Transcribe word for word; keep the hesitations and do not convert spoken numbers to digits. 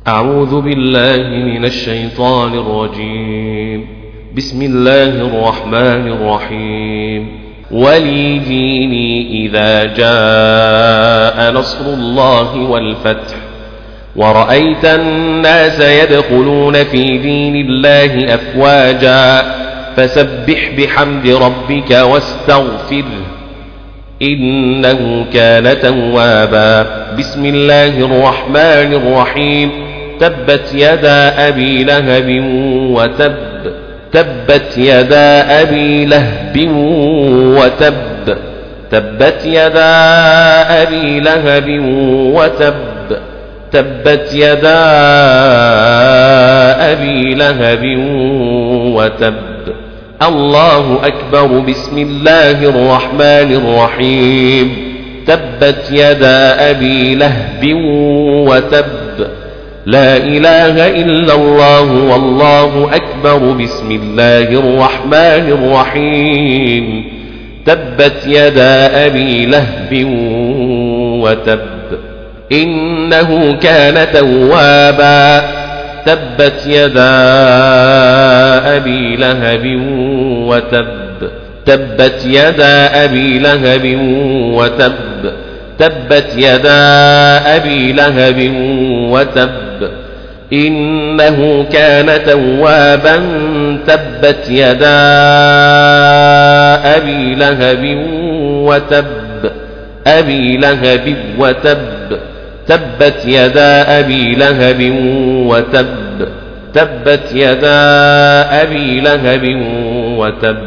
أعوذ بالله من الشيطان الرجيم. بسم الله الرحمن الرحيم. ولي ديني إذا جاء نصر الله والفتح ورأيت الناس يدخلون في دين الله أفواجا فسبح بحمد ربك واستغفره إنه كان توابا. بسم الله الرحمن الرحيم. تبت يدا أبي لهب وتب تبت يدا أبي لهب وتب تبت يدا أبي لهب وتب تبت يدا أبي لهب وتب. الله أكبر. بسم الله الرحمن الرحيم. تبت يدا أبي لهب وتب. لا إله إلا الله والله أكبر. بسم الله الرحمن الرحيم. تبت يدا أبي لهب وتب إنه كان توابا. تبت يدا أبي لهب وتب تبت يدا أبي لهب وتب تبت يدا أبي لهب وتب إنه كان توابا. تبت يدا أبي لهب وتب أبي لهب وتب تبت يدا أبي لهب وتب تبت يدا أبي لهب وتب